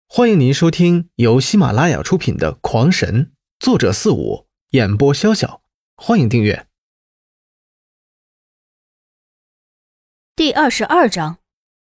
欢迎您收听由喜马拉雅出品的《狂神》，作者四五，演播潇潇。欢迎订阅。 第22章。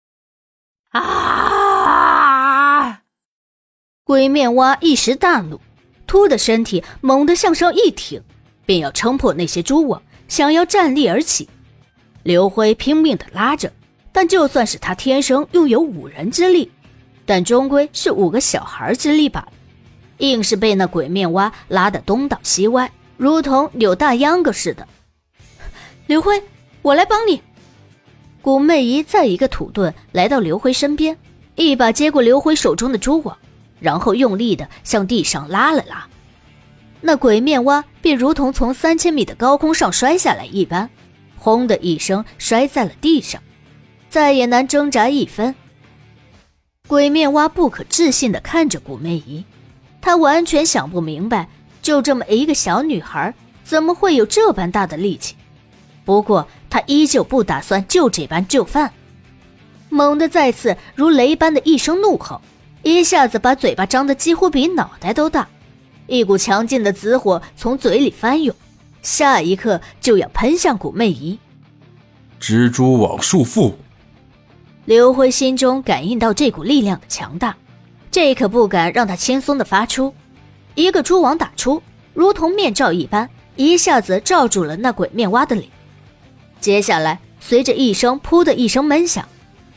鬼面蛙一时大怒，突的身体猛地向上一挺，便要撑破那些蛛网，想要站立而起。刘辉拼命地拉着，但就算是他天生拥有5人之力，但终归是5个小孩之力罢了，硬是被那鬼面蛙拉得东倒西歪，如同扭大秧歌似的。刘辉，我来帮你。古媚姨再一个土遁来到刘辉身边，一把接过刘辉手中的蛛网，然后用力地向地上拉了拉。那鬼面蛙便如同从3000米的高空上摔下来一般，轰的一声摔在了地上，再也难挣扎一分。鬼面蛙不可置信地看着古媚姨，他完全想不明白，就这么一个小女孩怎么会有这般大的力气。不过他依旧不打算就这般就范，猛地再次如雷般的一声怒吼，一下子把嘴巴张得几乎比脑袋都大，一股强劲的紫火从嘴里翻涌，下一刻就要喷向古媚姨。 蜘蛛网束缚。 刘辉心中感应到这股力量的强大，这可不敢让他轻松地发出。一个蛛网打出，如同面罩一般，一下子罩住了那鬼面蛙的脸。接下来随着一声噗的一声闷响，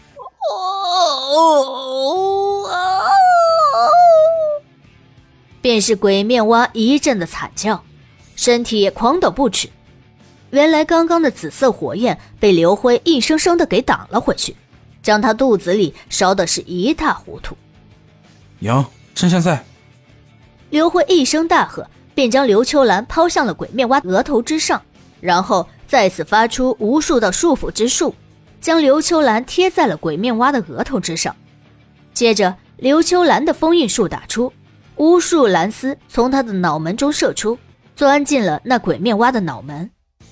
便是鬼面蛙一阵的惨叫，身体也狂抖不止。原来刚刚的紫色火焰被刘辉硬生生的给挡了回去，将他肚子里烧的是一塌糊涂。 娘，趁现在！ 刘辉一声大喝，便将刘秋兰抛向了鬼面蛙额头之上，然后再次发出无数道束缚之术，将刘秋兰贴在了鬼面蛙的额头之上。接着刘秋兰的封印术打出，无数蓝丝从他的脑门中射出，钻进了那鬼面蛙的脑门。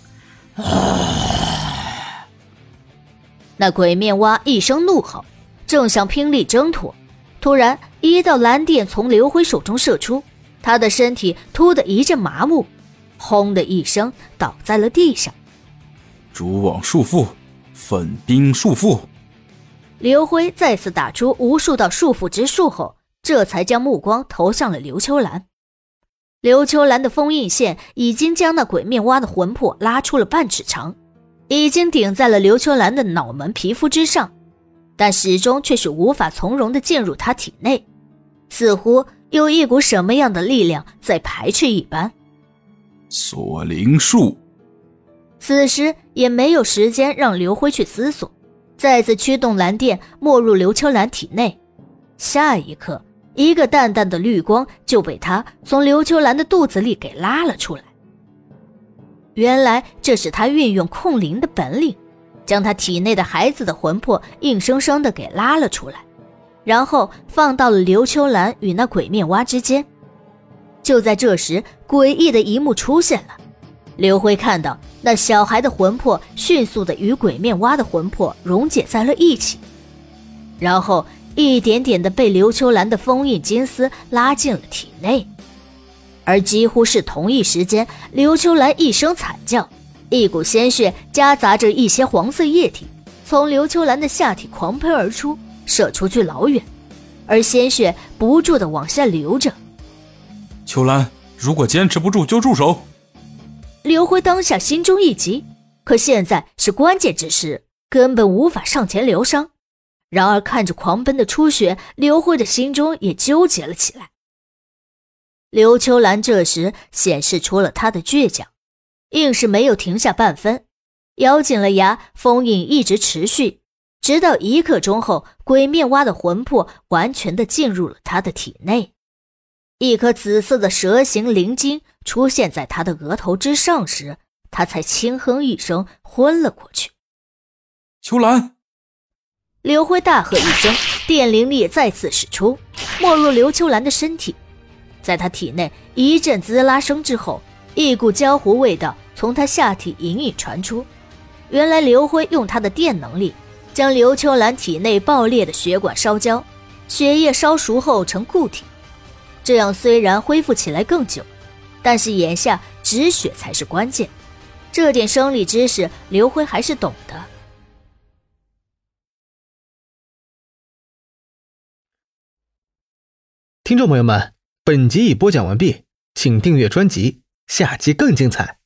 那鬼面蛙一声怒吼，正想拼力挣脱，突然一道蓝电从刘辉手中射出，他的身体突的一阵麻木，轰的一声倒在了地上。 蛛网束缚，粉冰束缚。 刘辉再次打出无数道束缚之术后，这才将目光投向了刘秋兰。刘秋兰的封印线已经将那鬼面蛙的魂魄拉出了半尺长，已经顶在了刘秋兰的脑门皮肤之上，但始终却是无法从容地进入她体内，似乎有一股什么样的力量在排斥一般。 锁灵术。 此时也没有时间让刘辉去思索，再次驱动蓝电没入刘秋兰体内。下一刻，一个淡淡的绿光就被他从刘秋兰的肚子里给拉了出来。原来这是他运用控灵的本领，将他体内的孩子的魂魄硬生生的给拉了出来，然后放到了刘秋兰与那鬼面蛙之间。就在这时，诡异的一幕出现了。刘辉看到那小孩的魂魄迅速的与鬼面蛙的魂魄溶解在了一起，然后一点点的被刘秋兰的封印金丝拉进了体内。而几乎是同一时间，刘秋兰一声惨叫，一股鲜血夹杂着一些黄色液体从刘秋兰的下体狂喷而出，射出去老远，而鲜血不住地往下流着。 秋兰，如果坚持不住就住手。 刘辉当下心中一急，可现在是关键之时，根本无法上前疗伤。然而看着狂奔的出血，刘辉的心中也纠结了起来。刘秋兰这时显示出了她的倔强，硬是没有停下半分，咬紧了牙，封印一直持续，直到1刻钟后，鬼面蛙的魂魄完全的进入了她的体内。一颗紫色的蛇形灵晶出现在他的额头之上时，他才轻哼一声昏了过去。 秋兰！ 刘辉大喝一声，电灵力再次使出，没入刘秋兰的身体。在他体内一阵滋啦声之后，一股焦糊味道从他下体隐隐传出。原来刘辉用他的电能力将刘秋兰体内爆裂的血管烧焦， 血液烧熟后成固体。这样虽然恢复起来更久，但是眼下止血才是关键。这点生理知识，刘辉还是懂的。 听众朋友们，本集已播讲完毕，请订阅专辑，下集更精彩。